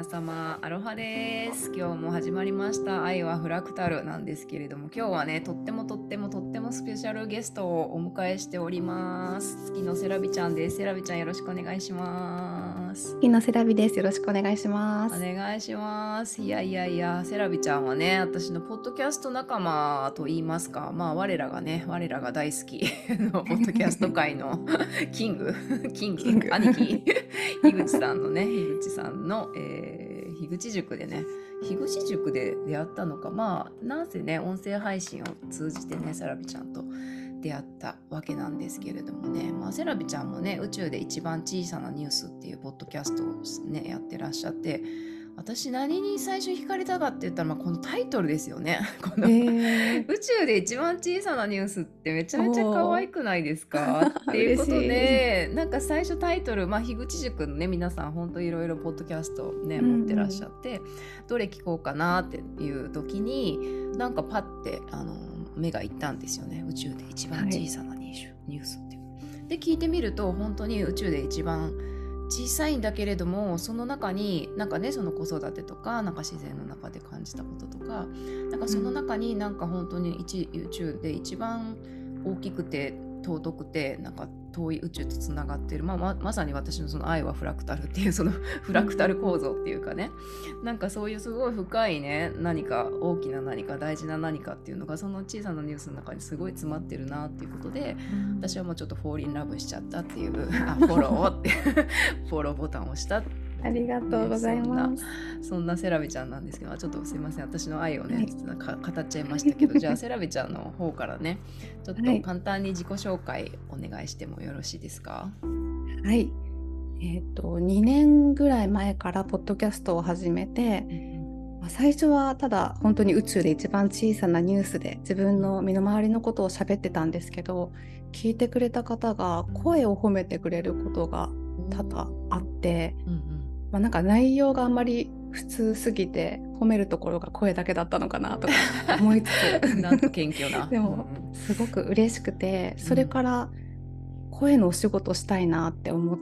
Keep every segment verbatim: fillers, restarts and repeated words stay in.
皆様アロハです。今日も始まりました愛はフラクタルなんですけれども、今日はねとってもとってもとってもスペシャルゲストをお迎えしております。月のセラビちゃんです。セラビちゃんよろしくお願いします。 月のセラビです。よろしくお願いしまおす。 願いします。いやいやいや、セラビちゃんはね、私のポッドキャスト仲間と言いますか、まあ我らがね、我らが大好きのポッドキャスト界のキング、キング、 キング兄貴、樋口さんのね、樋口さんの、えー、樋口塾でね、樋口塾で出会ったのか、まあなんせね、音声配信を通じてね、セラビちゃんと出会ったわけなんですけれどもね、まあ、セラビちゃんもね宇宙で一番小さなニュースっていうポッドキャストを、ね、やってらっしゃって、私何に最初惹かれたかって言ったら、まあ、このタイトルですよね。この、 えー、 宇宙で一番小さなニュースってめちゃめちゃ可愛くないですかっていう嬉しことい。 で、なんか最初タイトル、まあ、樋口塾のね皆さん本当いろいろポッドキャストね、 うんうん、 持ってらっしゃって、どれ聞こうかなっていう時になんかパッてあの目がいったんですよね。宇宙で一番小さなニュース、はい、ニュースっていうで聞いてみると、本当に宇宙で一番小さいんだけれども、その中になんかね、その子育てとかなんか自然の中で感じたこととか、なんかその中になんか本当に一宇宙で一番大きくて尊くてなんか遠い宇宙とつながっている、まあ、ま, まさに私のその愛はフラクタルっていうそのフラクタル構造っていうかね、なんかそういうすごい深いね、何か大きな何か大事な何かっていうのがその小さなニュースの中にすごい詰まってるなっていうことで、うん、私はもうちょっとフォーリンラブしちゃったっていうあフォローってフォローボタンを押したありがとうございます。 そんなセラビちゃんなんですけど、ちょっとすいません、私の愛をね、はい、語っちゃいましたけど、じゃあセラビちゃんの方からね、ちょっと簡単に自己紹介お願いしてもよろしいですか？ はい、えーと、にねんぐらい前からポッドキャストを始めて、うんまあ、最初はただ本当に宇宙で一番小さなニュースで自分の身の回りのことを喋ってたんですけど、聞いてくれた方が声を褒めてくれることが多々あって、うんうんまあ、なんか内容があんまり普通すぎて褒めるところが声だけだったのかなとか思いつつなんと謙虚なでもすごく嬉しくて、それから声のお仕事したいなって思って、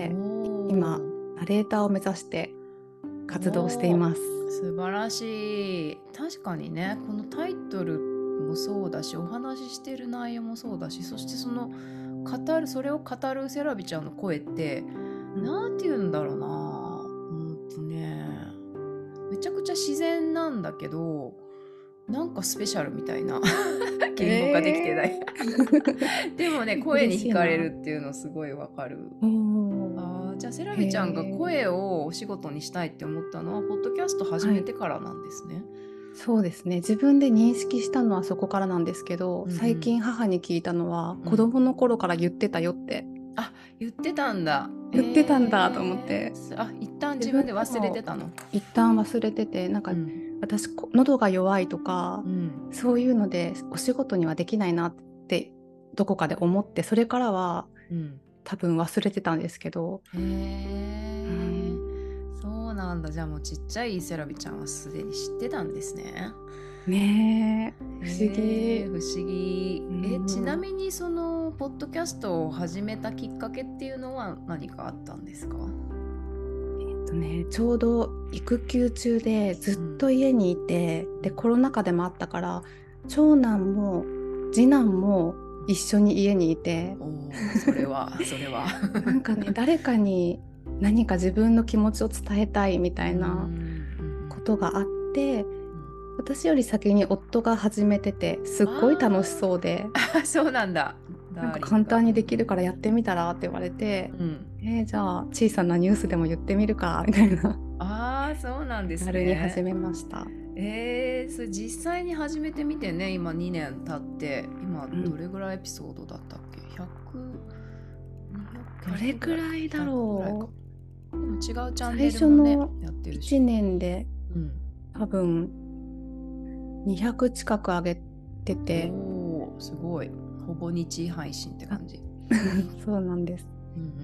うん、今ナレーターを目指して活動しています。 素晴らしい。確かにね、このタイトルもそうだし、お話ししてる内容もそうだし、そしてその語るそれを語るセラビちゃんの声ってなんて言うんだろうな、うんとね、めちゃくちゃ自然なんだけど、なんかスペシャルみたいな言語化できてない、えー、でもね声に惹かれるっていうのすごいわかる。あ、じゃあセラビちゃんが声をお仕事にしたいって思ったのはポッドキャスト始めてからなんですね。はい、 そうですね、自分で認識したのはそこからなんですけど、うんうん、最近母に聞いたのは、うん、子供の頃から言ってたよって。 あ、言ってたんだ。 言ってたんだと思って、 えー、あ、一旦自分で忘れてたの？ 一旦忘れてて、なんか、うん、私喉が弱いとか、うん、そういうのでお仕事にはできないなってどこかで思って、それからは、うん、多分忘れてたんですけど。 へー、うん、そうなんだ。じゃあもうちっちゃいセラビちゃんはすでに知ってたんですね。 ねえ、不思議、 不思議。え、ちなみにそのポッドキャストを始めたきっかけっていうのは何かあったんですか？ えっとね、ちょうど育休中でずっと家にいて、うん、でコロナ禍でもあったから長男も次男も一緒に家にいて、 おそれはそれはなんかね、誰かに何か自分の気持ちを伝えたいみたいなことがあって、うん、私より先に夫が始めててすっごい楽しそうで、 あそうなんだ、 なんか簡単にできるからやってみたらって言われて、うん、えー、じゃあ小さなニュースでも言ってみるかみたいな。 あーそうなんですね。 軽に始めました。 えー、それ実際に始めてみてね、今にねん経って今どれぐらいエピソードだったっけ？ひゃく、にひゃくどれくらいだろう。でも違うチャンネルもねやってるし、 いちねんで、うん、多分にひゃく近く上げてて、 おーすごい、ほぼ日配信って感じ。 そうなんです、うんうん、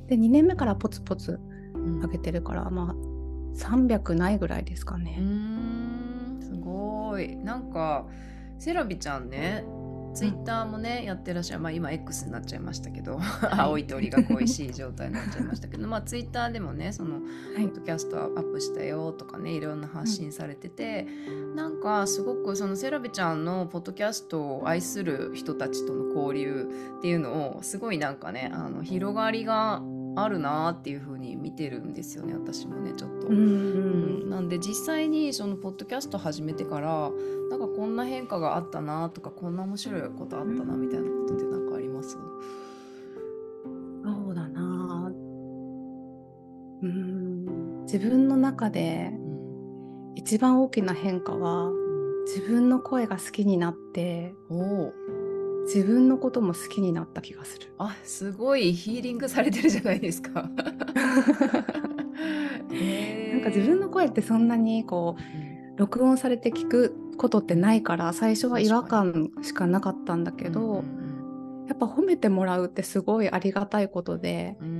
でにねんめからポツポツ上げてるから、うん、まあさんびゃくないぐらいですかね。 うーん、すごい。なんかセラビちゃんね、 ツイッターもねやってらっしゃる、まあ、今 X になっちゃいましたけど、 はい、 青い鳥が恋しい状態になっちゃいましたけどまあツイッターでもねそのポはいッドキャストアップしたよとかねいろんな発信されてて、うん、なんかすごくそのセラビちゃんのポッドキャストを愛する人たちとの交流っていうのをすごいなんかねあの広がりがあるなっていう風に見てるんですよね私もねちょっと、 うんうんうん、なんで実際にそのポッドキャスト始めてからなんかこんな変化があったなとかこんな面白いことあったなみたいなことってなんかあります？ そうだな、うん、自分の中で一番大きな変化は、うん、自分の声が好きになってお自分のことも好きになった気がする。 あ、すごいヒーリングされてるじゃないですかえー、なんか自分の声ってそんなにこう録音されて聞くことってないから最初は違和感しかなかったんだけど、うんうんうん、やっぱ褒めてもらうってすごいありがたいことで、うん、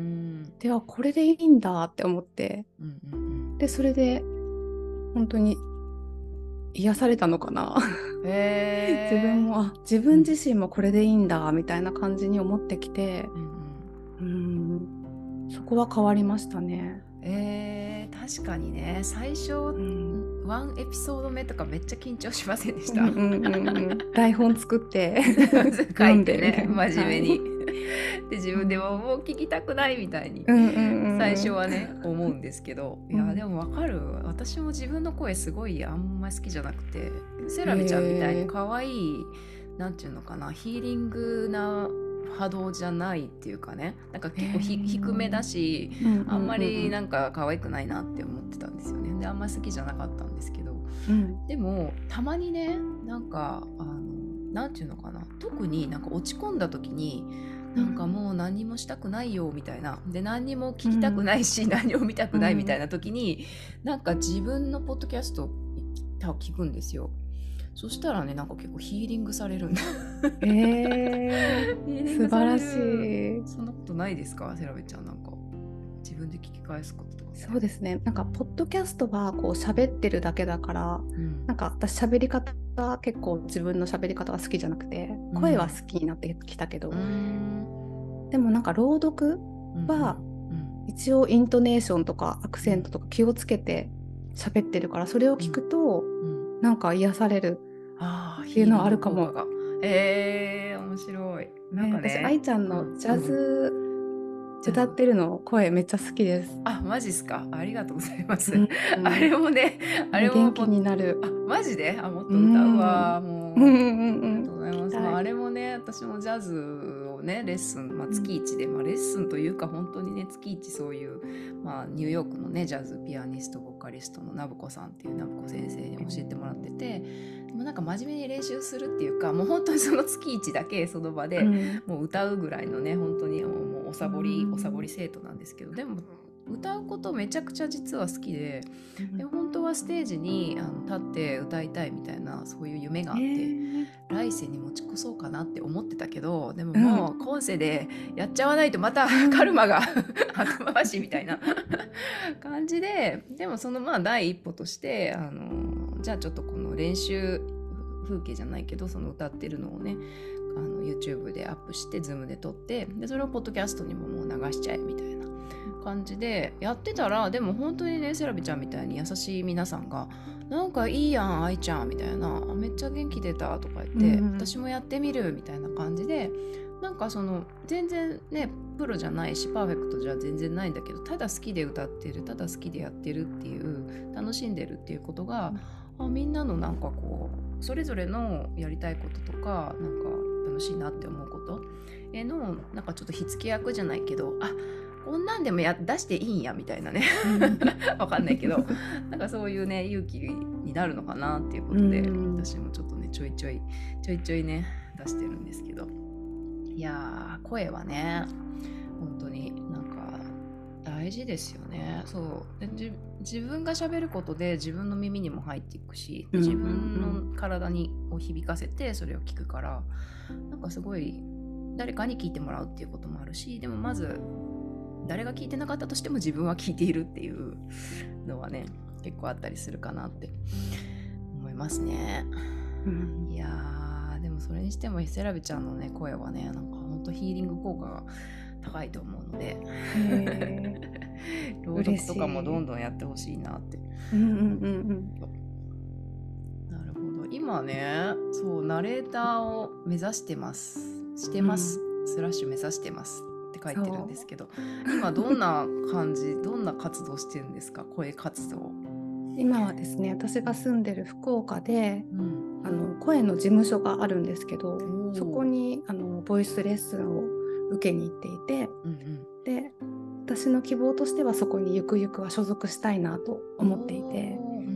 ではこれでいいんだって思って、うんうんうん、でそれで本当に癒されたのかなへ自分もあ自分自身もこれでいいんだみたいな感じに思ってきて、うん、うん、そこは変わりましたね。 えー、確かにね最初、うん、ワンエピソード目とかめっちゃ緊張しませんでした？ うんうんうん、台本作って書いてね真面目に、はい、で自分でももう聞きたくないみたいに、うんうんうん、最初はね思うんですけど、いやでも分かる私も自分の声すごいあんまり好きじゃなくてセラビちゃんみたいに可愛いなんていうのかなヒーリングな波動じゃないっていうかねなんか結構ひ低めだし、あんまりなんか可愛くないなって思ってたんですよね。であんまり好きじゃなかったんですけど、うん、でもたまにねなんかあのなんていうのかな特になんか落ち込んだ時になんかもう何もしたくないよみたいなで何にも聞きたくないし、うん、何も見たくないみたいな時に、うん、なんか自分のポッドキャストを聞くんですよ。そしたらねなんか結構ヒーリングされるんだえー、素晴らしい。 そんなことないですかセラベちゃん？なんか自分で聞き返すこととか。 そうですねなんかポッドキャストはこう喋ってるだけだから、うん、なんか私喋り方が結構自分の喋り方が好きじゃなくて、うん、声は好きになってきたけど、うん、でもなんか朗読は一応イントネーションとかアクセントとか気をつけて喋ってるからそれを聞くと、うんなんか癒されるっていうのはあるかも。 えー、面白い。なんかね、 私愛ちゃんのジャズ歌ってるの声めっちゃ好きです。 あ、マジっすか。ありがとうございます。うんうん、あれもね、あれも元気になる。 あ、マジで？あ、もっと歌うわ。うん、もう、うんうんうん、ありがとうございます。まあ、あれもね、私もジャズをねレッスン、まあ、月いちで、まあ、レッスンというか本当にね月いちそういう、まあ、ニューヨークのねジャズピアニストボーカリストのナブコさんっていうナブコ先生に教えてもらってて、でもなんか真面目に練習するっていうかもう本当にその月いちだけその場で、うん、もう歌うぐらいのね本当にもうおサボり、うん、おサボり生徒なんですけど、でも歌うことめちゃくちゃ実は好きで、うん、で本当はステージにあの立って歌いたいみたいなそういう夢があって、えー、来世に持ち越そうかなって思ってたけど、でももう今世でやっちゃわないとまたカルマが後回しみたいな感じで、でもそのまあ第一歩としてあのじゃあちょっとこの練習風景じゃないけどその歌ってるのをねあの YouTube でアップして Zoom で撮ってでそれをポッドキャストにももう流しちゃえみたいな感じでやってたら、でも本当にねセラビちゃんみたいに優しい皆さんがなんかいいやん愛ちゃんみたいなめっちゃ元気出たとか言って、うん、私もやってみるみたいな感じでなんかその全然ねプロじゃないしパーフェクトじゃ全然ないんだけどただ好きで歌ってるただ好きでやってるっていう楽しんでるっていうことが、うん、あみんなのなんかこうそれぞれのやりたいこととかなんか楽しいなって思うことへのなんかちょっと火付け役じゃないけどあこんなんでもや出していいんやみたいなねわかんないけどなんかそういうね勇気になるのかなっていうことで、うん、私もちょっとねちょいちょいちょいちょいね出してるんですけど、いやー声はね本当になんか大事ですよね。そうでじ自分が喋ることで自分の耳にも入っていくし自分の体にを響かせてそれを聞くからなんかすごい誰かに聞いてもらうっていうこともあるし、でもまず誰が聞いてなかったとしても自分は聞いているっていうのはね結構あったりするかなって思いますね、うん、いやーでもそれにしてもセラビちゃんのね声はね、なんか本当ヒーリング効果が高いと思うので朗読とかもどんどんやってほしいなって。 うんうんうんうんなるほど。今ね、そうナレーターを目指してますしてます、うん、スラッシュ目指してますって書いてるんですけど、今どんな感じどんな活動してるんですか？声活動。 今はですね、私が住んでる福岡で、うん、あの声の事務所があるんですけど、そこにあのボイスレッスンを受けに行っていて、うんうん、で私の希望としてはそこにゆくゆくは所属したいなと思っていて、うんうん、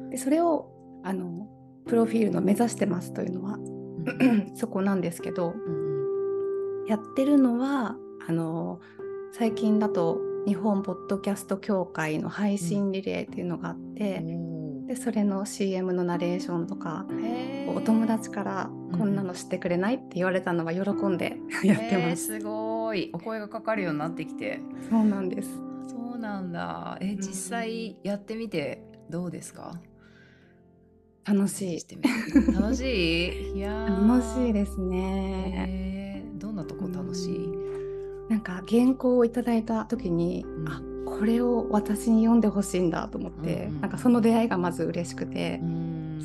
でそれをあのプロフィールの目指してますというのは、うん、そこなんですけど、うん、やってるのはあの最近だと日本ポッドキャスト協会の配信リレーっていうのがあって、うん、でそれの シーエム のナレーションとか、お友達からこんなの知ってくれないって言われたのは喜んでやってます。 すごいお声がかかるようになってきて。 そうなんです。 そうなんだ。え、実際やってみてどうですか？ 楽しい。 楽しい？いや楽しいですね。 えー、どんなとこ楽しい？ なんか原稿をいただいた時に、うん、あ、これを私に読んでほしいんだと思って、うんうん、なんかその出会いがまず嬉しくて、うん、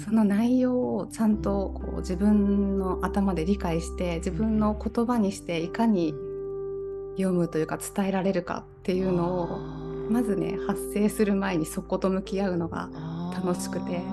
その内容をちゃんとこう自分の頭で理解して自分の言葉にしていかに読むというか伝えられるかっていうのをまずね発生する前にそこと向き合うのが楽しくて。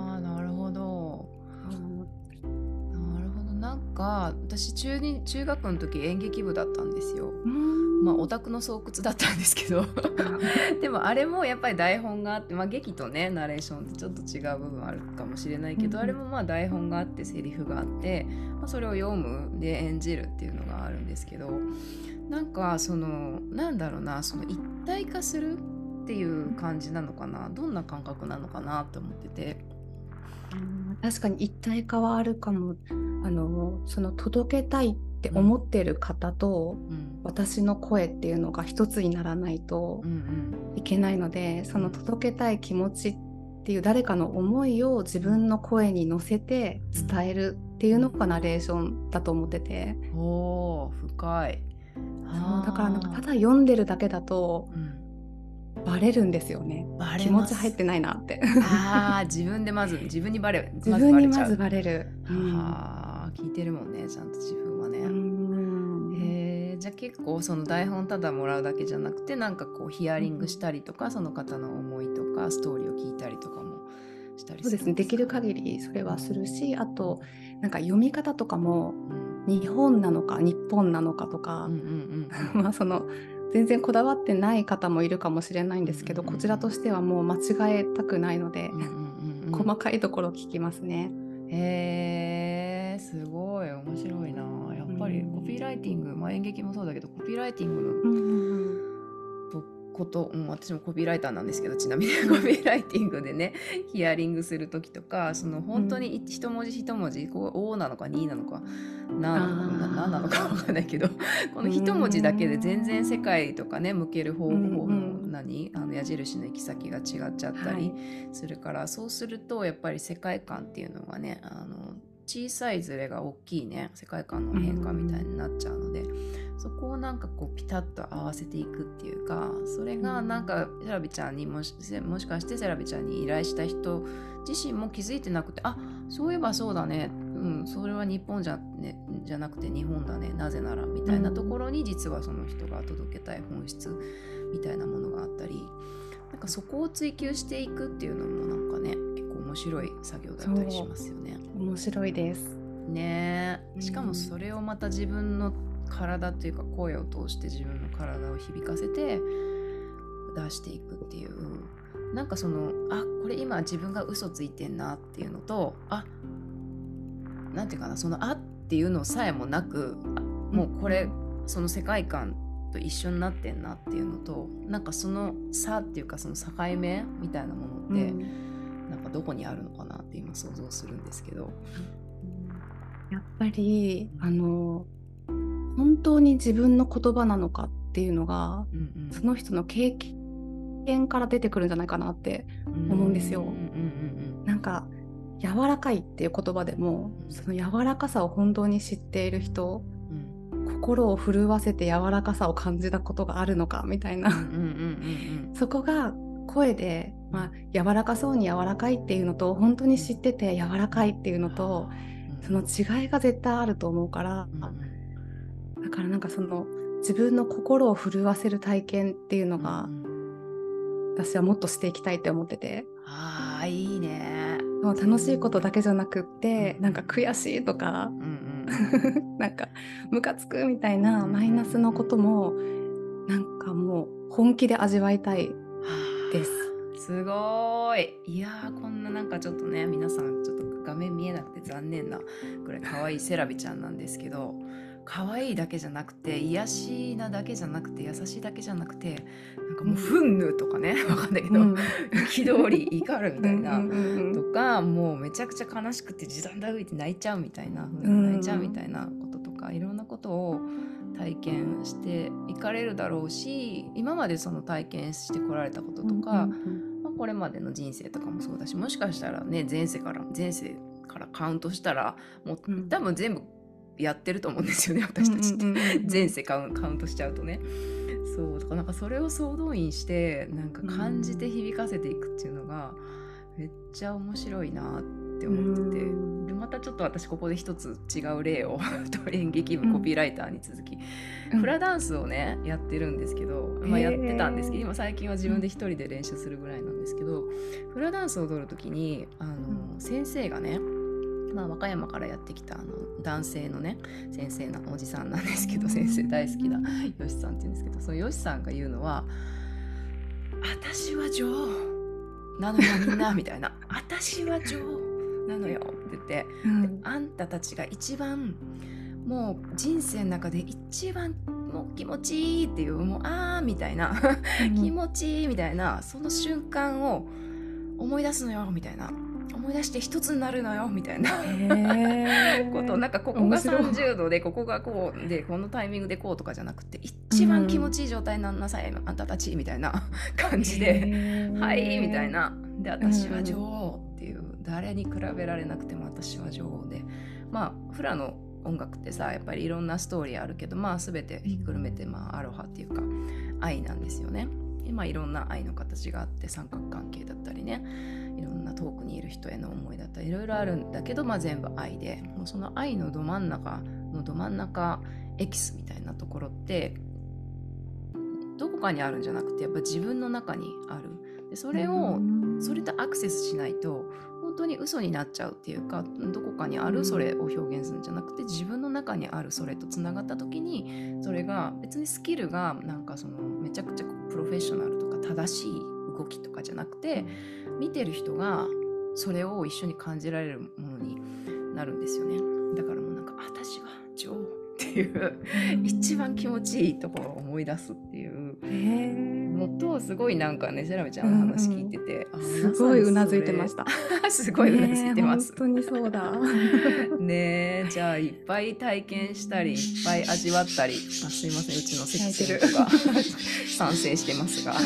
なんか私 中, に中学の時演劇部だったんですよ。まあオタクの巣窟だったんですけどでもあれもやっぱり台本があって、まあ、劇とねナレーションってちょっと違う部分あるかもしれないけど、うん、あれもまあ台本があってセリフがあって、まあ、それを読むで演じるっていうのがあるんですけど、なんかそのなんだろうな、その一体化するっていう感じなのかな、どんな感覚なのかなと思ってて。 確かに一体化はあるかも。あのその届けたいって思ってる方と、うん、私の声っていうのが一つにならないといけないので、うんうん、その届けたい気持ちっていう誰かの思いを自分の声に乗せて伝えるっていうのがナレーションだと思ってて、うん、 おー深い。 そうだからなんかただ読んでるだけだと、うんバレるんですよね。気持ち入ってないなってあ自分でまず自分にバレる自分にまずバレる、 うん、は聞いてるもんねちゃんと自分はね。うんへじゃあ結構その台本ただもらうだけじゃなくてなんかこうヒアリングしたりとか、うん、その方の思いとかストーリーを聞いたりとかもしたりするんですか？そうですね、できる限りそれはするし、あとなんか読み方とかも、うん、日本なのか日本なのかとか、うんうんうん、まあその全然こだわってない方もいるかもしれないんですけど、うんうん、こちらとしてはもう間違えたくないので、うんうんうん、細かいところ聞きますね。 へーすごい面白いな。やっぱりコピーライティング、まあ、演劇もそうだけどコピーライティングの、うんうんうんこと、うん、私もコピーライターなんですけど、ちなみにコピーライティングでねヒアリングする時とか、その本当に一文字一文字こう O なのかになのか何ななのか分かんないけどこの一文字だけで全然世界とかね向ける方法の何あの矢印の行き先が違っちゃったりするから、はい、そうするとやっぱり世界観っていうのがねあの小さいズレが大きいね世界観の変化みたいになっちゃうので、そこをなんかこうピタッと合わせていくっていうか、それがなんかセラビちゃんにも し, もしかしてセラビちゃんに依頼した人自身も気づいてなくて、あそういえばそうだね、うん、それは日本じゃ、ね、じゃなくて日本だね、なぜならみたいなところに実はその人が届けたい本質みたいなものがあったり、なんかそこを追求していくっていうのもなんかね結構面白い作業だったりしますよね。 面白いですね。しかもそれをまた自分の体というか声を通して自分の体を響かせて出していくっていう、なんかそのあこれ今自分が嘘ついてんなっていうのと、あなんていうかな、そのあっていうのさえもなく、もうこれその世界観と一緒になってんなっていうのと、なんかその差っていうかその境目みたいなものって、うん、なんかどこにあるのかなって今想像するんですけど、 やっぱりあの本当に自分の言葉なのかっていうのが、うんうん、その人の経験から出てくるんじゃないかなって思うんですよ。なんか柔らかいっていう言葉でも、 うん、 その柔らかさを本当に知っている人、 うん、 心を震わせて柔らかさを感じたことがあるのかみたいな、そこが声で、まあ、柔らかそうに柔らかいっていうのと本当に知ってて柔らかいっていうのと、その違いが絶対あると思うから、だからなんかその自分の心を震わせる体験っていうのが、私はもっとしていきたいって思ってて。 あー、いいね。 楽しいことだけじゃなくって、なんか悔しいとか、なんかムカつくみたいなマイナスのこともなんかもう本気で味わいたいです。 すごい。いやー、こんななんかちょっとね、皆さんちょっと画面見えなくて残念なくらい可愛いセラビちゃんなんですけど、可愛いだけじゃなくて、癒しなだけじゃなくて、優しいだけじゃなくて、なんかもう憤怒とかね、わかんないけど、憤り、怒るみたいなとか、もうめちゃくちゃ悲しくて時短だういて泣いちゃうみたいな、泣いちゃうみたいなこととか、いろんなことを体験していかれるだろうし、今までその体験してこられたこととか、まあ、これまでの人生とかもそうだし、もしかしたらね、前世から前世からカウントしたらもう多分全部やってると思うんですよね、私たちって。前世カウントしちゃうとね。そうだからなんかそれを総動員してなんか感じて響かせていくっていうのがめっちゃ面白いなって思ってて、でまたちょっと私ここで一つ違う例を演劇部コピーライターに続き、うん、フラダンスをねやってるんですけど、まあ、やってたんですけど、今最近は自分で一人で練習するぐらいなんですけど、フラダンスを踊る時にあの、うん、先生がね、まあ、和歌山からやってきたあの男性のね先生のおじさんなんですけど、先生大好きなよしさんって言うんですけど、そのよしさんが言うのは、私は女王なのよみんなみたいな私は女王なのよって言って、うん、であんたたちが一番もう人生の中で一番もう気持ちいいっていう、もうあーみたいな気持ちいいみたいなその瞬間を思い出すのよみたいな、思い出して一つになるのよみたいなことなんかここがさんじゅうどでここがこうでこのタイミングでこうとかじゃなくて、一番気持ちいい状態になんなさい、うん、あんたたちみたいな感じではいみたいな、で私は女王っていう、誰に比べられなくても私は女王で、まあフラの音楽ってさやっぱりいろんなストーリーあるけど、まあ全てひっくるめてまあアロハっていうか愛なんですよね。今いろんな愛の形があって、三角関係だったりね、いろんな遠くにいる人への思いだったりいろいろあるんだけど、まあ、全部愛で、もうその愛のど真ん中のど真ん中エキスみたいなところってどこかにあるんじゃなくて、やっぱ自分の中にある。でそれをそれとアクセスしないと本当に嘘になっちゃうっていうか、どこかにあるそれを表現するんじゃなくて、自分の中にあるそれとつながった時に、それが別にスキルがなんかそのめちゃくちゃプロフェッショナルとか正しい動きとかじゃなくて、見てる人がそれを一緒に感じられるものになるんですよね。だからもうなんか私は女王っていう一番気持ちいいところを思い出すっていうのと、すごいなんかねセラミちゃんの話聞いてて、 うんうん、すごいうなずいてましたすごいうなずいてます、 本当にそうだねえ、じゃあいっぱい体験したりいっぱい味わったり、あすいませんうちのセキセルとか賛成してますが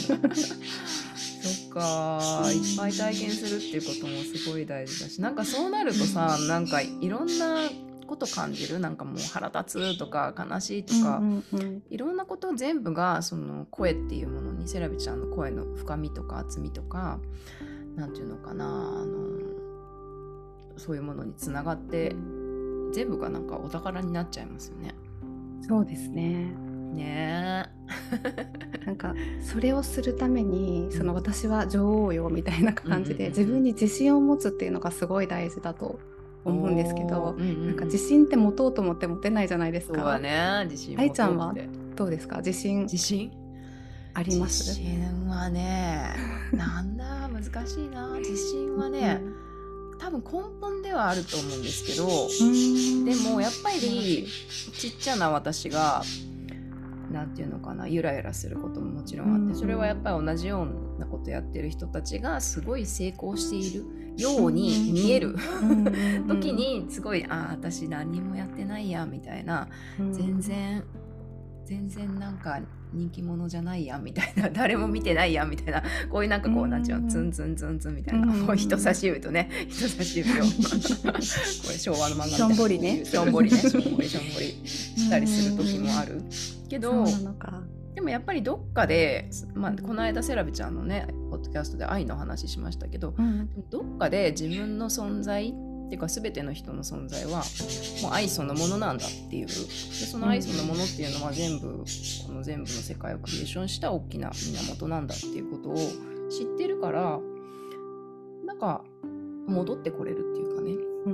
そっか、いっぱい体験するっていうこともすごい大事だし、なんかそうなるとさ、なんかいろんなこと感じる、なんかもう腹立つとか悲しいとか、うんうんうん、いろんなこと全部がその声っていうものに、セラビちゃんの声の深みとか厚みとかなんていうのかな、あのそういうものにつながって全部がなんかお宝になっちゃいますよね。 そうですね。 ねえなんかそれをするためにその私は女王よみたいな感じで自分に自信を持つっていうのがすごい大事だと思うんですけど、うんうん、なんか自信って持とうと思って持てないじゃないですか。 そうだね、自信持とうって。 愛ちゃんはどうですか？自信自信あります？ 自信はねなんだ難しいな。自信はね、うん、多分根本ではあると思うんですけど、でもやっぱりちっちゃな私がなんていうのかな、ゆらゆらすることももちろんあって、それはやっぱり同じようなことやってる人たちがすごい成功しているように見える時にすごい、ああ私何もやってないやみたいな、全然全然なんか人気者じゃないやんみたいな、誰も見てないやんみたいな、こういうなんかこうなんちゅうの、ツンツンツンツンみたいな、こう人差し指とね、人差し指をこれ昭和の漫画みたいな、 しょんぼりね、 しょんぼりね、しょんぼりしょんぼりしたりする時もあるけど、 そうなのか。 でもやっぱりどっかで、まあ、この間セラビちゃんのねポッドキャストで愛の話しましたけど、 うん、 どっかで自分の存在っていうか全ての人の存在はもう愛そのものなんだっていう、でその愛そのものっていうのは全部この全部の世界をクリエーションした大きな源なんだっていうことを知ってるから、なんか戻ってこれるっていうかね、うん、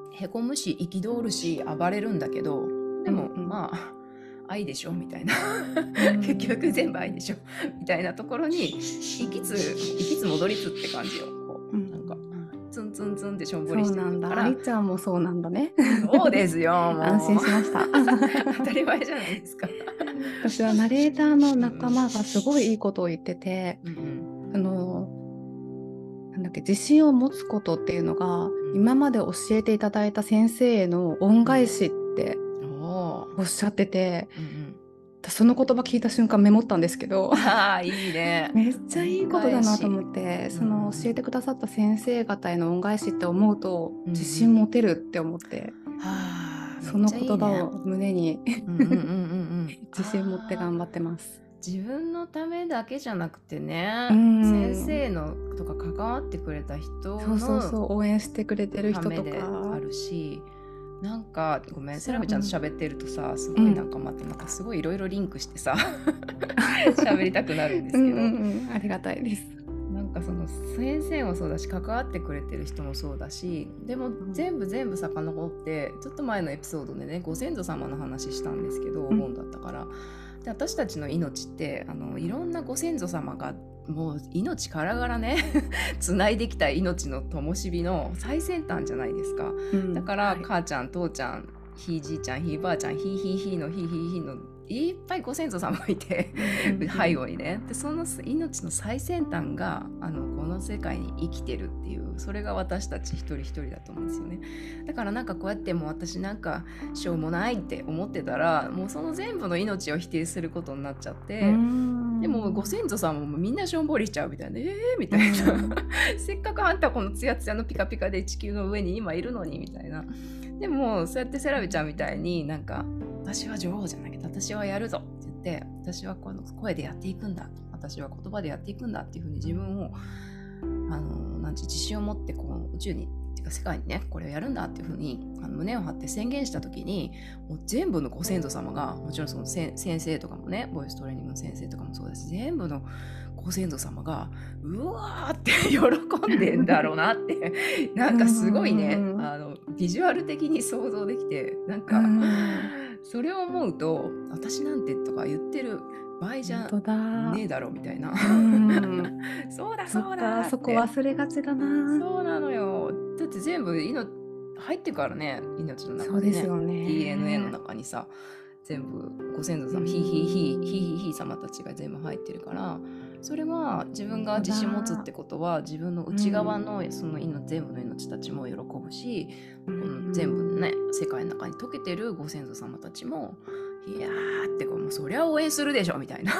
へこむし憤るし暴れるんだけど、でも、うんうん、まあ愛でしょみたいな結局全部愛でしょみたいなところに行きつ行きつ戻りつって感じよ。こう、うん、なんかツンツンツンってしょんぼりしてるから。 愛ちゃんもそうなんだね。 そうですよ。もう安心しました。 当たり前じゃないですか。 私はナレーターの仲間がすごいいいことを言ってて、うんうん、あのなんだっけ、自信を持つことっていうのが、うん、今まで教えていただいた先生への恩返しっておっしゃってて、うんうん、その言葉聞いた瞬間メモったんですけど、 あーいいね、 めっちゃいいことだなと思って、その教えてくださった先生方への恩返しって思うと、うんうん、自信持てるって思って、うんうん、その言葉を胸に自信持って頑張ってます。 自分のためだけじゃなくてね、うん、先生のとか関わってくれた人のそうそうそう応援してくれてる人とかあるし、なんかごめんセラビちゃんと喋ってるとさ、すごいなんかまたなんかすごいいろいろリンクしてさ喋りたくなるんですけど、うんうん、 ありがたいです。 なんかその先生もそうだし関わってくれてる人もそうだし、でも全部全部遡ってちょっと前のエピソードでねご先祖様の話したんですけど、うん、本だったから、で私たちの命ってあのいろんなご先祖様がもう命からがらねつないできた命の灯火の最先端じゃないですか、うん、だから、はい、母ちゃん父ちゃんひいじいちゃんひいばあちゃんひいひいひいのひいひいひいのいっぱいご先祖様がいて背後にね、でその命の最先端があのこの世界に生きてるっていう、それが私たち一人一人だと思うんですよね。だからなんかこうやってもう私なんかしょうもないって思ってたら、もうその全部の命を否定することになっちゃって、でもご先祖様もみんなしょんぼりしちゃうみたいな、えーみたいなせっかくあんたこのツヤツヤのピカピカで地球の上に今いるのにみたいな。でもそうやってセラビちゃんみたいになんか私は女王じゃないけど私はやるぞって言って、私はこの声でやっていくんだと、私は言葉でやっていくんだっていうふうに自分をあのなんて自信を持ってこう宇宙にっていうか世界にねこれをやるんだっていうふうにあの胸を張って宣言した時に、もう全部のご先祖様がもちろんその先生とかもね、ボイストレーニングの先生とかもそうだし、全部のご先祖様がうわーって喜んでんだろうなってなんかすごいね、あのビジュアル的に想像できて、なんかそれを思うと私なんてとか言ってる場合じゃねえだろみたいなそうだそうだって、 そこ忘れがちだな。 そうなのよ。だって全部命入ってからね、命の中にね、 そうですよね、 ディーエヌエー の中にさ全部ご先祖様ヒーヒーヒーヒーヒーヒー様たちが全部入ってるから、それは自分が自信持つってことは自分の内側のその命、全部の命たちも喜ぶし、この全部のね世界の中に溶けてるご先祖様たちもいやーってかもうそりゃ応援するでしょみたいな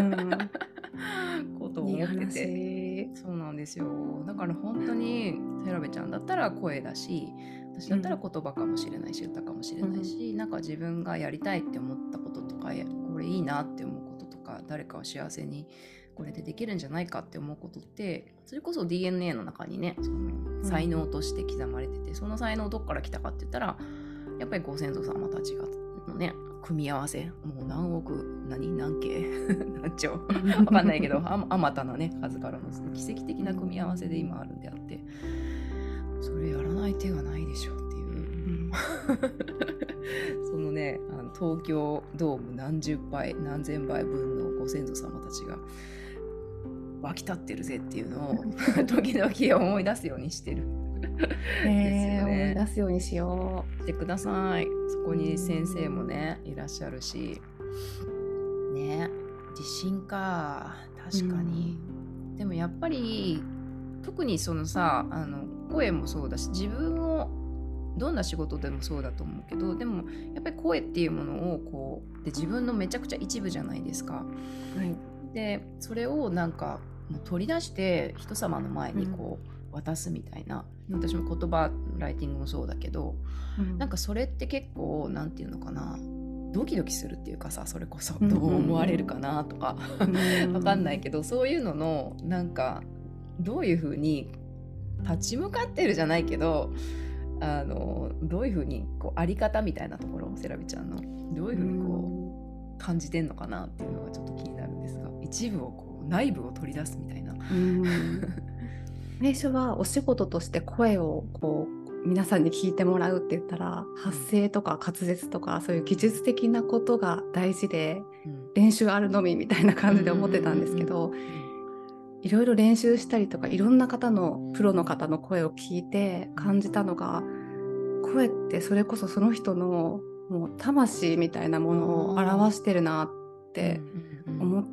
ことを思ってて、そうなんですよ。だから本当にセラベちゃんだったら声だし、私だったら言葉かもしれないし、歌かもしれないし、うん、なんか自分がやりたいって思ったこととか、これいいなって思うこととか、誰かを幸せにこれでできるんじゃないかって思うことって、それこそ ディーエヌエー の中にねその才能として刻まれてて、うん、その才能どっから来たかって言ったらやっぱりご先祖様たちがのね組み合わせ、もう何億何何系何兆わかんないけどあまたなね数からの奇跡的な組み合わせで今あるんであって、それやらない手がないでしょっていう、うん、そのねあの東京ドーム何十倍何千倍分のご先祖様たちが湧き立ってるぜっていうのを時々思い出すようにしてるえー、ね、思い出すようにしよう。してください。そこに先生もねいらっしゃるしね。自信か、確かに、うん、でもやっぱり特にそのさあの声もそうだし、自分をどんな仕事でもそうだと思うけど、でもやっぱり声っていうものをこうで自分のめちゃくちゃ一部じゃないですか。 はい、 でそれをなんかもう取り出して人様の前にこう渡すみたいな、うん、私も言葉ライティングもそうだけど、うん、なんかそれって結構なんていうのかな、ドキドキするっていうかさ、それこそどう思われるかなとか、うん、わかんないけど、そういうののなんかどういうふうに立ち向かってるじゃないけど、あのどういうふうにこうあり方みたいなところ、セラビちゃんのどういうふうにこう感じてんのかなっていうのがちょっと気になるんですが、一部をこう内部を取り出すみたいな。うん最初はお仕事として声をこう皆さんに聞いてもらうって言ったら、発声とか滑舌とかそういう技術的なことが大事で、うん、練習あるのみみたいな感じで思ってたんですけど、いろいろ練習したりとか、いろんな方のプロの方の声を聞いて感じたのが、声ってそれこそその人のもう魂みたいなものを表してるなって思って、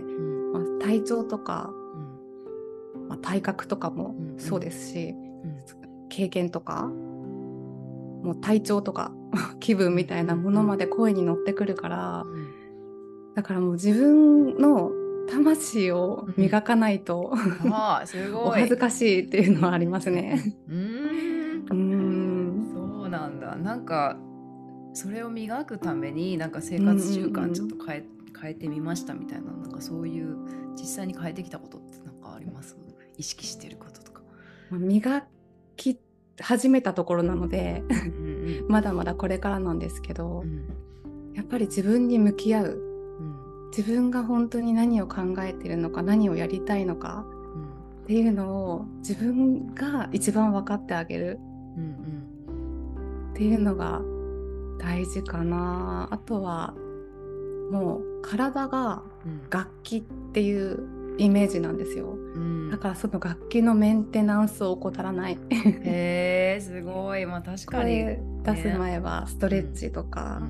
まあ、体調とか、まあ、体格とかもそうですし、経験とかもう体調とか気分みたいなものまで声に乗ってくるから、だからもう自分の魂を磨かないと、うん、あすごいお恥ずかしいっていうのはありますね。うーんうーんそうなんだ。なんかそれを磨くためになんか生活習慣ちょっと変え、うんうんうん、変えてみましたみたいな、なんかそういう実際に変えてきたことってなんかあります？意識してることとか。 磨き始めたところなのでうん、うん、まだまだこれからなんですけど、うん、やっぱり自分に向き合う、自分が本当に何を考えているのか、何をやりたいのかっていうのを自分が一番分かってあげるっていうのが大事かな。あとはもう体が楽器っていうイメージなんですよ、うん、だからその楽器のメンテナンスを怠らないへーすごい、まあ確かに、 ね、出す前はストレッチとか、うん、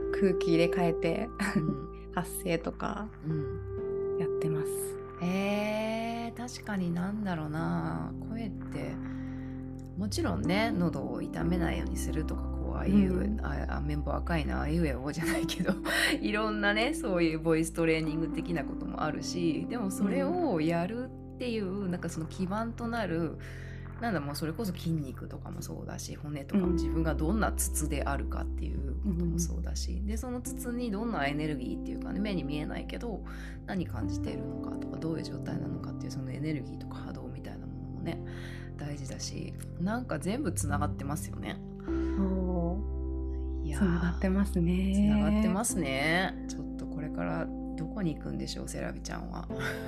空気入れ替えて、うん発声とかやってます。 うん、えー、確かになんだろうな、声ってもちろんね、喉を痛めないようにするとか、こうああいう、うん、ああ綿棒赤いなあいうえおじゃないけどいろんなね、そういうボイストレーニング的なこともあるし、でもそれをやるっていう、うん、なんかその基盤となるなんだ、もうそれこそ筋肉とかもそうだし、骨とかも自分がどんな筒であるかっていうこともそうだし、うん、でその筒にどんなエネルギーっていうかね、目に見えないけど何感じているのかとか、どういう状態なのかっていうそのエネルギーとか波動みたいなものもね大事だし、なんか全部つながってますよね。 いやつながってますね。 つながってますね。ちょっとこれからどこに行くんでしょう、セラビちゃんは。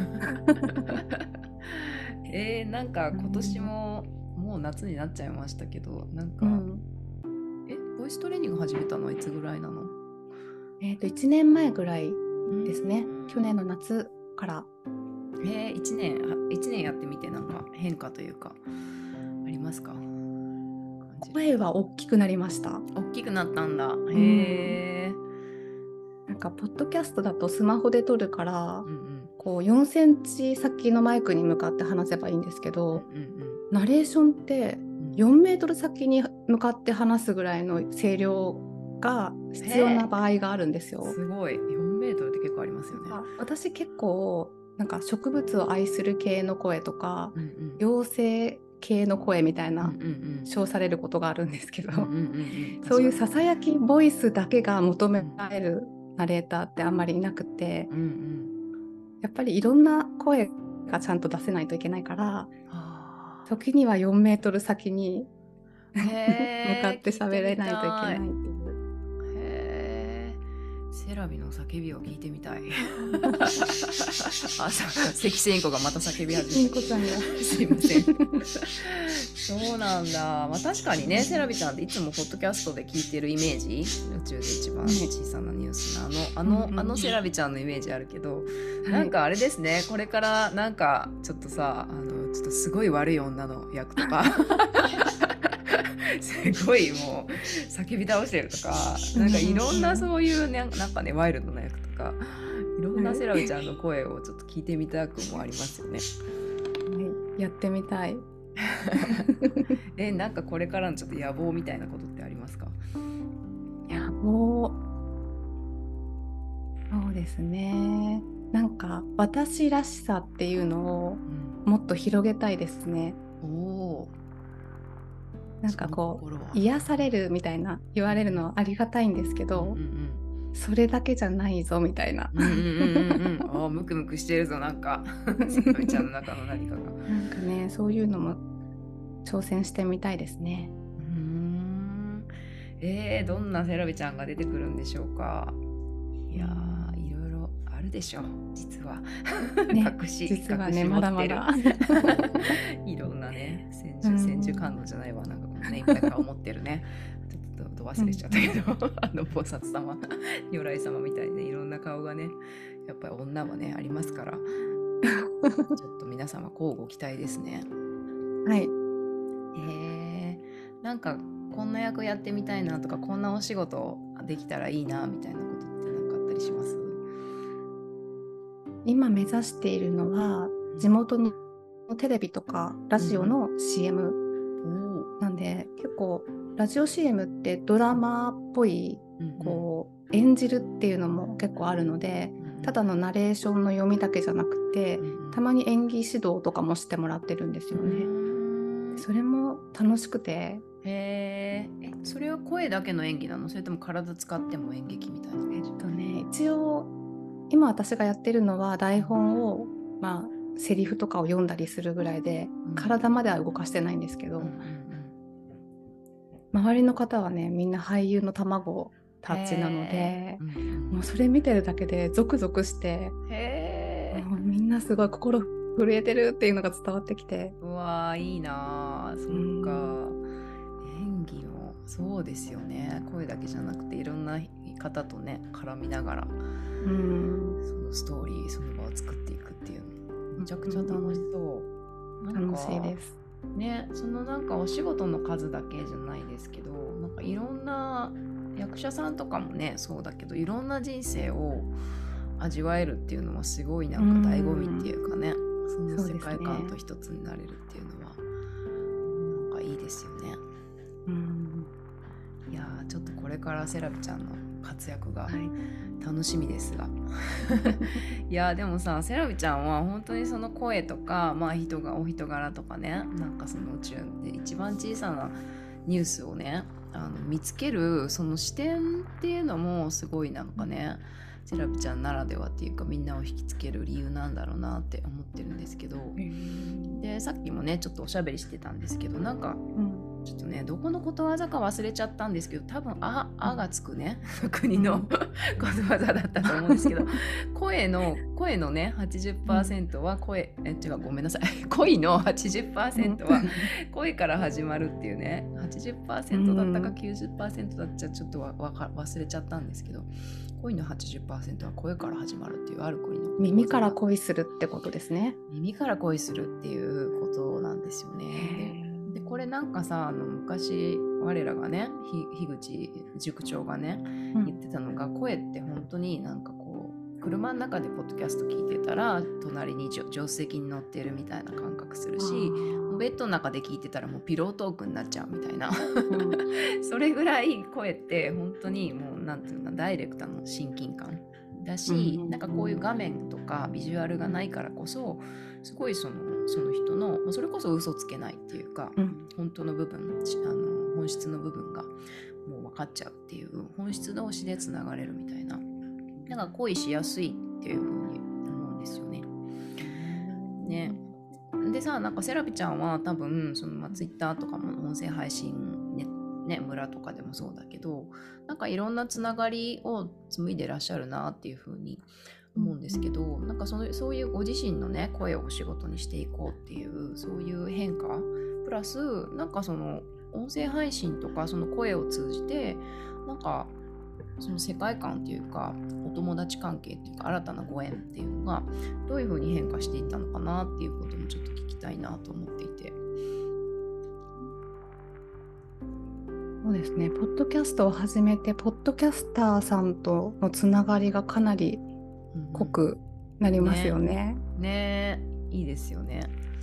えー、なんか今年も、うん、もう夏になっちゃいましたけど、なんか、うん、えボイストレーニング始めたのはいつぐらいなの？ えーといちねんまえぐらいですね、うん、去年の夏から。 えー、いちねんいちねんやってみてなんか変化というかありますか？ 声は大きくなりました。 大きくなったんだ。へー、うん、 なんかポッドキャストだとスマホで撮るから、うんうん、こうよんセンチ先のマイクに向かって話せばいいんですけど、うんうん、ナレーションってよんメートル先に向かって話すぐらいの声量が必要な場合があるんですよ。 すごい、よんメートルって結構ありますよね。 私結構なんか植物を愛する系の声とか、うんうん、妖精系の声みたいな、うんうんうん、称されることがあるんですけど、うんうんうん、そういうささやきボイスだけが求められるナレーターってあんまりいなくて、うんうん、やっぱりいろんな声がちゃんと出せないといけないから、時にはよんメートル先に向かって喋れないといけないっていう。 セラビの叫びを聞いてみたい。あ、関セインコがまた叫び始めた。 ちゃんがすいません。そうなんだ。まあ確かにね、セラビちゃんっていつもポッドキャストで聞いてるイメージ、宇宙で一番小さなニュースのあのあの、うんうん、あのセラビちゃんのイメージあるけど、はい、なんかあれですね。これからなんかちょっとさ、あのちょっとすごい悪い女の役とか。すごいもう叫び倒してるとか、なんかいろんなそういうね、なんかねワイルドな役とか、いろんなセラビちゃんの声をちょっと聞いてみたくもありますよね。 はい、やってみたい。 え、なんかこれからのちょっと野望みたいなことってありますか？ 野望、そうですね。なんか私らしさっていうのをうん、 もっと広げたいですね。 おお、 なんそのかこ心は。 う癒されるみたいな言われるのはありがたいんですけうんど、 うんそれだけじゃないぞみたいな。 うんうんうんうんうん。ああ、ムクムクしてるぞなんかセラミちゃんの中の何かが。 なんかね、そういうのも挑戦してみたいですね。 うーん。えー、どんなセラビちゃんが出てくるんでしょうか。いやー、いろいろあるでしょう、実は。 ね、 隠し、 実はね、 隠し持まだってる。 まだ。 いろんなね、千うん手千手観音じゃないわ、なんかこのね、いっぱい顔持ってるね。ちょっとど忘れしちゃったけど、あの菩薩様、如来様みたいにね、いろんな顔がね、やっぱり女はね、ありますから、ちょっと皆様、交互期待ですね。 はい。 へえ、なんかこんな役やってみたいなとか、こんなお仕事できたらいいなみたいなことって何かあったりします？ 今目指しているのは地元のテレビとかラジオの シーエムおなんで、結構ラジオ シーエム ってドラマっぽいうんこう演じるっていうのも結構あるので、ただのナレーションの読みだけじゃなくて、たまに演技指導とかもしてもらってるんですよね。それも楽しくて。 へえ、それは声だけの演技なの？それとも体使っても演劇みたいな？ えっとね、一応今私がやってるのは台本を、まあ、セリフとかを読んだりするぐらいで、うん、体までは動かしてないんですけど、うんうんうん、周りの方はね、みんな俳優の卵たちなので、うんうん、もうそれ見てるだけでゾクゾクして、へもうみんなすごい心震えてるっていうのが伝わってきて、 うわー、いいなー。そっか、うん、演技もそうですよね。声だけじゃなくていろんな方とね絡みながら、うん、そのストーリーその場を作っていくっていうのめちゃくちゃ楽しそう、うん、なんか楽しいですね。そのなんかお仕事の数だけじゃないですけど、なんかいろんな役者さんとかもねそうだけど、いろんな人生を味わえるっていうのはすごいなんか醍醐味っていうかね、うん、その世界観と一つになれるっていうのは、ね、なんかいいですよね。うん、いやー、ちょっとこれからセラビちゃんの活躍が楽しみですが、はい、いやでもさ、セラビちゃんは本当にその声とか、まあ、人がお人柄とかね、なんかその宇宙で一番小さなニュースをね、あの見つけるその視点っていうのもすごいなんかね、セラビちゃんならではっていうか、みんなを引きつける理由なんだろうなって思ってるんですけど、でさっきもねちょっとおしゃべりしてたんですけど、なんか、うんちょっとね、どこのことわざか忘れちゃったんですけど、多分あ、あがつくね国のことわざだったと思うんですけど、声の声のね はちじゅっパーセント は声、え違うごめんなさい恋の はちじゅっパーセント は声から始まるっていうね、はちじゅっパーセント だったか きゅうじゅっパーセント だったかちょっとわわか忘れちゃったんですけど、恋の はちじゅっパーセント は声から始まるっていうある国の耳から恋するってことですね。 耳から恋するっていうことなんですよね。でこれなんかさ、あの昔我らがね、樋口塾長がね、うん、言ってたのが、声って本当になんかこう車の中でポッドキャスト聞いてたら隣に助手席に乗ってるみたいな感覚するし、ベッドの中で聞いてたらもうピロートークになっちゃうみたいな、うん、それぐらい声って本当にもうなんていうの、ダイレクトの親近感だし、うん、なんかこういう画面とかビジュアルがないからこそ、すごいそのその人のそれこそ嘘つけないっていうか、うん、本当の部分、あの本質の部分がもう分かっちゃうっていう、本質同士でつながれるみたいな、だから恋しやすいっていう風に思うんですよね。ねでさ、なんかセラビちゃんは多分その、まあ、ツイッターとかも音声配信ねね、村とかでもそうだけど、なんかいろんなつながりを紡いでらっしゃるなっていう風に思うんですけど、なんかそのそういうご自身のね声をお仕事にしていこうっていうそういう変化プラス、なんかその音声配信とかその声を通じてなんかその世界観っていうかお友達関係っていうか新たなご縁っていうのがどういう風に変化していったのかなっていうこともちょっと聞きたいなと思っていて。 そうですね、ポッドキャストを始めてポッドキャスターさんとのつながりがかなり濃くなりますよね。 うん、ね, ねいいですよね。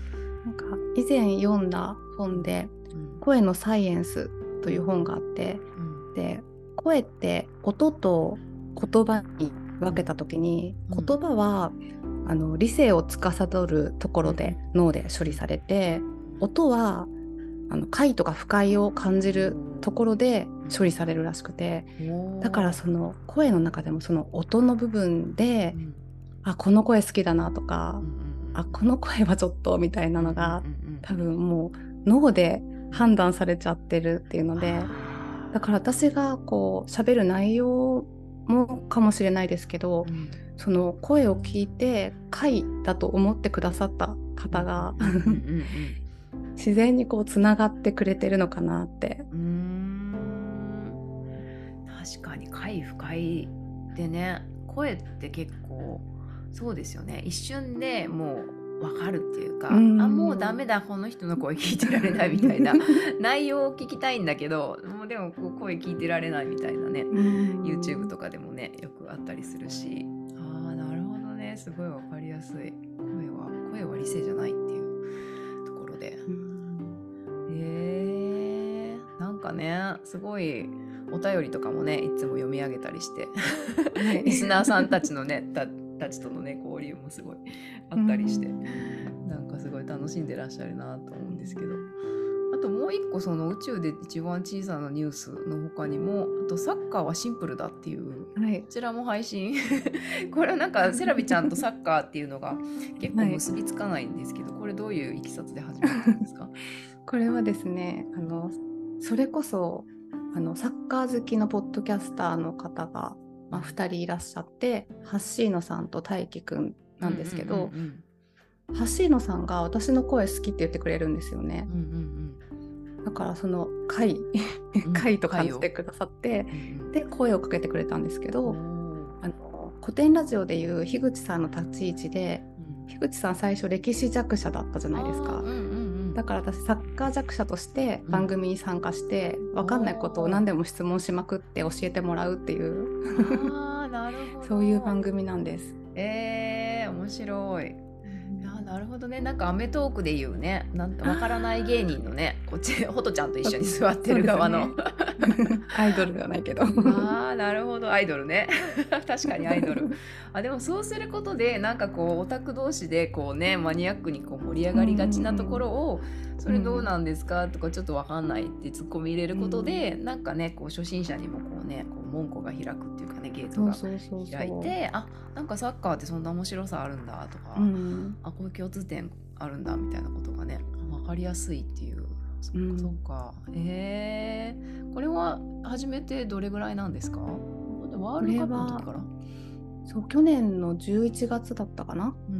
なんか以前読んだ本でうん声のサイエンスという本があって、 うんで声って音と言葉に分けた時に、 うん言葉はあの理性を司るところで脳で処理されて、音はあの快とか不快を感じるところで処理されるらしくて、 おーだからその声の中でもその音の部分で、 うんあこの声好きだなとか、 うんうんうんあこの声はちょっとみたいなのが、 うんうんうん多分もう脳で判断されちゃってるっていうので、 あーだから私がこう喋る内容もかもしれないですけど、 うんその声を聞いて快だと思ってくださった方がうんうん自然にこうつながってくれてるのかなって。 うんうんうーん確かに快不快でね、声って結構そうですよね、一瞬でもう分かるっていうか、 うんあもうダメだこの人の声聞いてられないみたいな内容を聞きたいんだけどもうでもこう声聞いてられないみたいなね、 うん YouTube とかでもねよくあったりするし、ああなるほどね、すごい分かりやすい。声は声は理性じゃないっていうところで、 うんへえなんかねすごいお便りとかもねいつも読み上げたりしてはいリスナーさんたちのねたたちとのね交流もすごいあったりして、 うんなんかすごい楽しんでらっしゃるなと思うんですけど、あともう一個その宇宙で一番小さなニュースの他にも、あとサッカーはシンプルだっていうはいこちらも配信これはなんかセラビちゃんとサッカーっていうのが結構結びつかないんですけど、これどういういきさつで始めたんですか？ これはですね、あのそれこそあのサッカー好きのポッドキャスターの方が、まあ、ふたりいらっしゃって、ハッシーノさんと大輝くんなんですけど、 うんうんハッシーノさんが私の声好きって言ってくれるんですよね。 うんうんだからその快うん快と感じてくださって、 うんうんで声をかけてくれたんですけど、 おーあの古典ラジオでいう樋口さんの立ち位置で、 うん樋口さん最初歴史弱者だったじゃないですか。 あーうんうんうんだから私サッカー弱者として番組に参加して、 ん分かんないことを何でも質問しまくって教えてもらうっていうあーなるほどそういう番組なんです。 えー、面白い。あーなるほどね、なんかアメトークで言うね、なんわからない芸人のねこっちホトちゃんと一緒に座ってる側の、 そうですねアイドルではないけどああなるほど、アイドルね確かにアイドルあでもそうすることでなんかこうオタク同士でこうねマニアックにこう盛り上がりがちなところを、それどうなんですかとかちょっとわかんないってツッコミ入れることで、なんかねこう初心者にもこうねこう門戸が開くっていうかね、ゲートがそうそうそうそう開いて、あなんかサッカーってそんな面白さあるんだとか、 うんあこういう共通点あるんだみたいなことがね分かりやすいっていう。そっかそっか、うん、えー、これは始めてどれぐらいなんですか？ワールドカップの時から？ そう去年のじゅういちがつだったかな、 うんうん、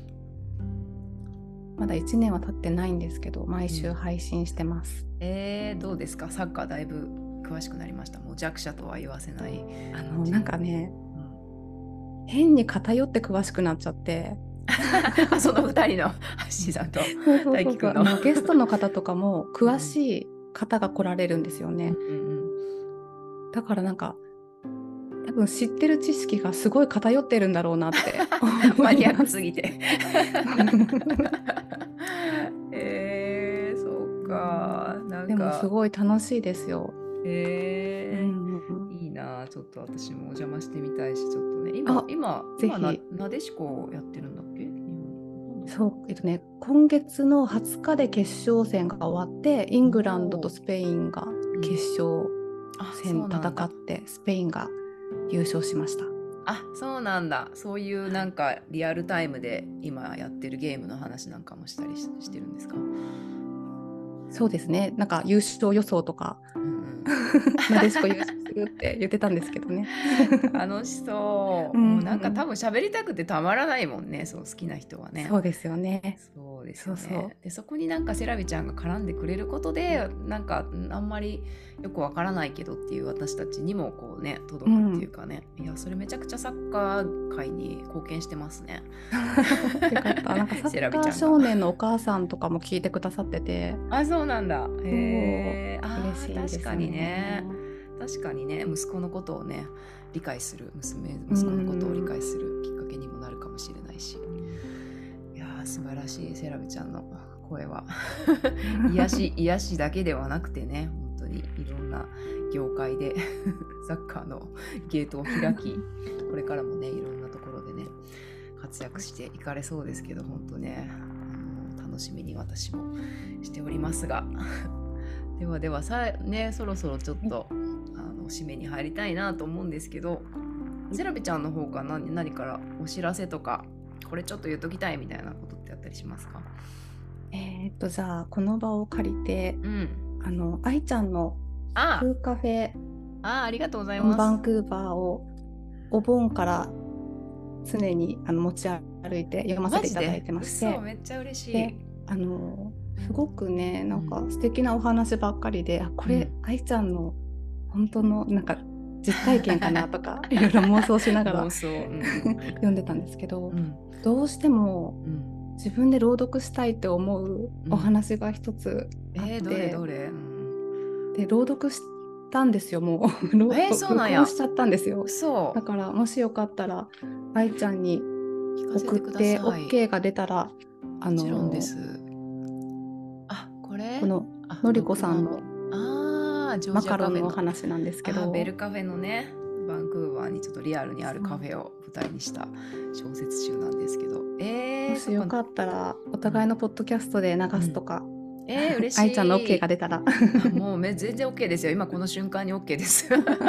まだいちねんは経ってないんですけど毎週配信してます、 うん、えー、どうですか？サッカーだいぶ詳しくなりました？もう弱者とは言わせないあのなんかね、うん、変に偏って詳しくなっちゃってあそのふたりの橋さんと大輝くんのゲストの方とかも詳しい方が来られるんですよね、うんうん、だからなんか多分知ってる知識がすごい偏ってるんだろうなってマニアックすぎてえー、そうか、なんかでもすごい楽しいですよ。 えーうんうん、 いいな、ちょっと私もお邪魔してみたいし、ちょっとね今今今ななでしこやってるんだっけ？ そうえっとね今月のはつかで決勝戦が終わってイングランドとスペインが決勝戦戦ってスペインが優勝しました。 あ、そうなんだ。そういうなんかリアルタイムで今やってるゲームの話なんかもしたり し, してるんですか？ そうですね、なんか優勝予想とか、うんうん、なでしこ優勝するって言ってたんですけどね楽しそう、うんうん、もうなんか多分喋りたくてたまらないもんね、そう好きな人はね。 そうですよね。 そうですよね。そうそうでそこになんかセラビちゃんが絡んでくれることでなんかあんまりよくわからないけどっていう私たちにもこうね届くっていうかね、うん、いやそれめちゃくちゃサッカー界に貢献してますねよかった。なんかサッカー少年のお母さんとかも聞いてくださってて、 あ、そうなんだ。へー、あ、 嬉しいですね。 確かにね確かにね息子のことをね理解する娘息子のことを理解するきっかけにもなるかもしれないし、いやー素晴らしいセラビちゃんの声は癒し癒しだけではなくてね、本当にいろんな業界でサッカーのゲートを開き、これからもねいろんなところでね活躍していかれそうですけど、本当ねあの楽しみに私もしておりますがではではさ、ね、そろそろちょっとあの締めに入りたいなと思うんですけど、セラビちゃんの方から 何, 何からお知らせとかこれちょっと言っときたいみたいなことってあったりしますか？ えーっとじゃあこの場を借りて、 うん、 あの愛ちゃんのあフーカフェあ、ありがとうございます。 バンクーバーをお盆から常にあの持ち歩いて読ませていただいてまして、 めっちゃ嬉しい。 であのすごくねなんか素敵なお話ばっかりで、うん、あこれ、うん、愛ちゃんの本当のなんか実体験かなとかいろいろ妄想しながら、うん、読んでたんですけど、うん、どうしても、うん、自分で朗読したいって思うお話が一つあって、うんえー、どれどれ、うん、で朗読したんですよ。もう、えー、そうなんや、録音しちゃったんですよ。そうだからもしよかったら愛ちゃんに送って OK が出たら、あのもちろんです。あこれこののりこさんのマカロンのお話なんですけど、 ベルカフェのねバンクーバーにちょっとリアルにあるカフェを舞台にした小説集なんですけど、えー、 もしよかったらお互いのポッドキャストで流すとか、 うん、えー、嬉しい。 愛ちゃんの OK が出たらもう全然 OK ですよ。今この瞬間に OK です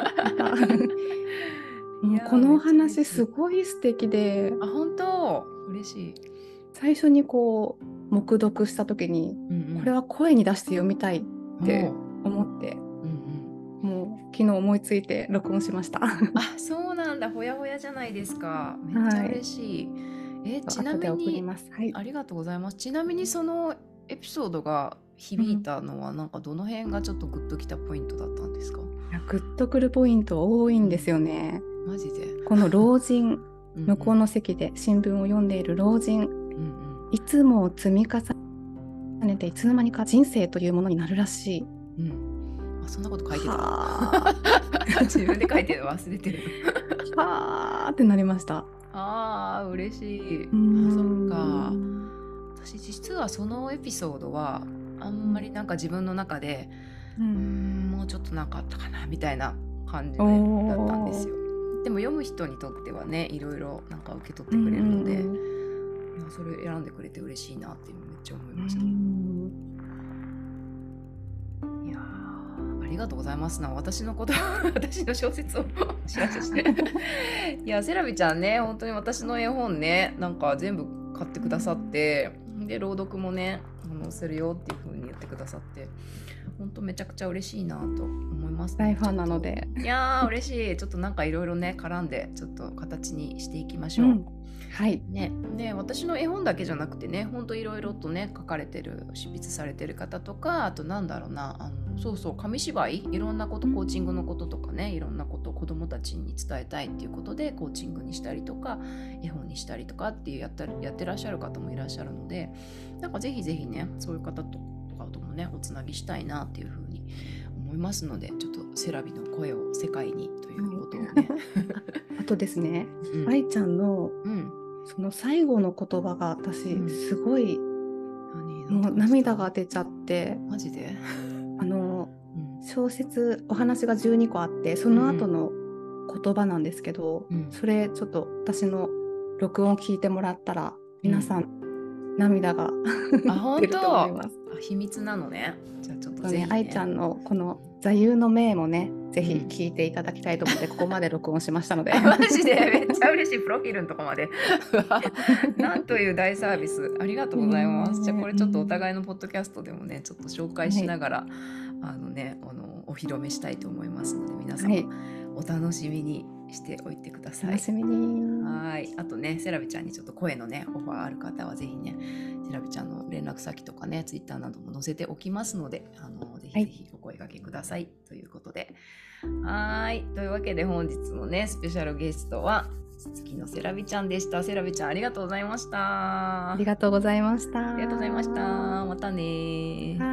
もうこのお話すごい素敵で、 あ本当嬉しい。 最初にこう黙読した時に、うんうん、これは声に出して読みたいって思って、もう昨日思いついて録音しましたあそうなんだ、ほやほやじゃないですか。めっちゃ嬉しい、はい、えちなみに、はい、ありがとうございます。ちなみにそのエピソードが響いたのは、うん、なんかどの辺がちょっとグッときたポイントだったんですか？ いやグッとくるポイント多いんですよね。 マジでこの老人向こうの席で新聞を読んでいる老人、うんうん、いつも積み重ねていつの間にか人生というものになるらしい、 うん、あそんなこと書いてた自分で書いてる忘れてるはーってなりました。 あー嬉しい。あそっか。私実はそのエピソードはあんまりなんか自分の中で、うん、うーんもうちょっとなかったかなみたいな感じでだったんですよ。でも読む人にとってはねいろいろなんか受け取ってくれるので、まあ、それを選んでくれて嬉しいなってめっちゃ思いました。いやありがとうございますな。私のこと私の小説を知らせしていやセラビちゃんね本当に私の絵本ねなんか全部買ってくださって、で朗読もねあのするよっていう風に言ってくださって本当めちゃくちゃ嬉しいなと思います、 ね、大ファンなのでいやー嬉しい。ちょっとなんかいろいろね絡んでちょっと形にしていきましょう、うん、 はいね。で私の絵本だけじゃなくてね本当いろいろとね書かれてる執筆されてる方とか、あとなんだろうなあのそうそう紙芝居いろんなことコーチングのこととかねいろんなことを子どもたちに伝えたいっていうことでコーチングにしたりとか絵本にしたりとかっていうやったりやってらっしゃる方もいらっしゃるので、なんかぜひぜひねそういう方ととかともねおつなぎしたいなっていうふうに思いますので、ちょっとセラビの声を世界にということをねあ, あとですね、うん、愛ちゃんの、うん、その最後の言葉が私すごい、うん、もう涙が出ちゃって。 マジであの、うん、小説お話がじゅうにこあってその後の言葉なんですけど、うん、それちょっと私の録音を聞いてもらったら皆さん、うん、涙が出ると思います。 あ秘密なのね。じゃあちょっとぜひ、ね、 愛ちゃんのこの座右の銘もねぜひ聞いていただきたいと思って、うん、ここまで録音しましたのでマジでめっちゃ嬉しい。プロフィールのとこまでなんという大サービスありがとうございます。じゃあこれちょっとお互いのポッドキャストでもねちょっと紹介しながら、はい、あのねあのお披露目したいと思いますので皆様、はい、お楽しみにしておいてください。 楽しみに。 はい。あとねセラビちゃんにちょっと声のねオファーある方はぜひねセラビちゃんの連絡先とかねツイッターなども載せておきますので、あのぜひぜひお声掛けください、はい、ということで、はいというわけで本日のねスペシャルゲストは月のセラビちゃんでした。セラビちゃんありがとうございました。 ありがとうございました。 ありがとうございました。またね。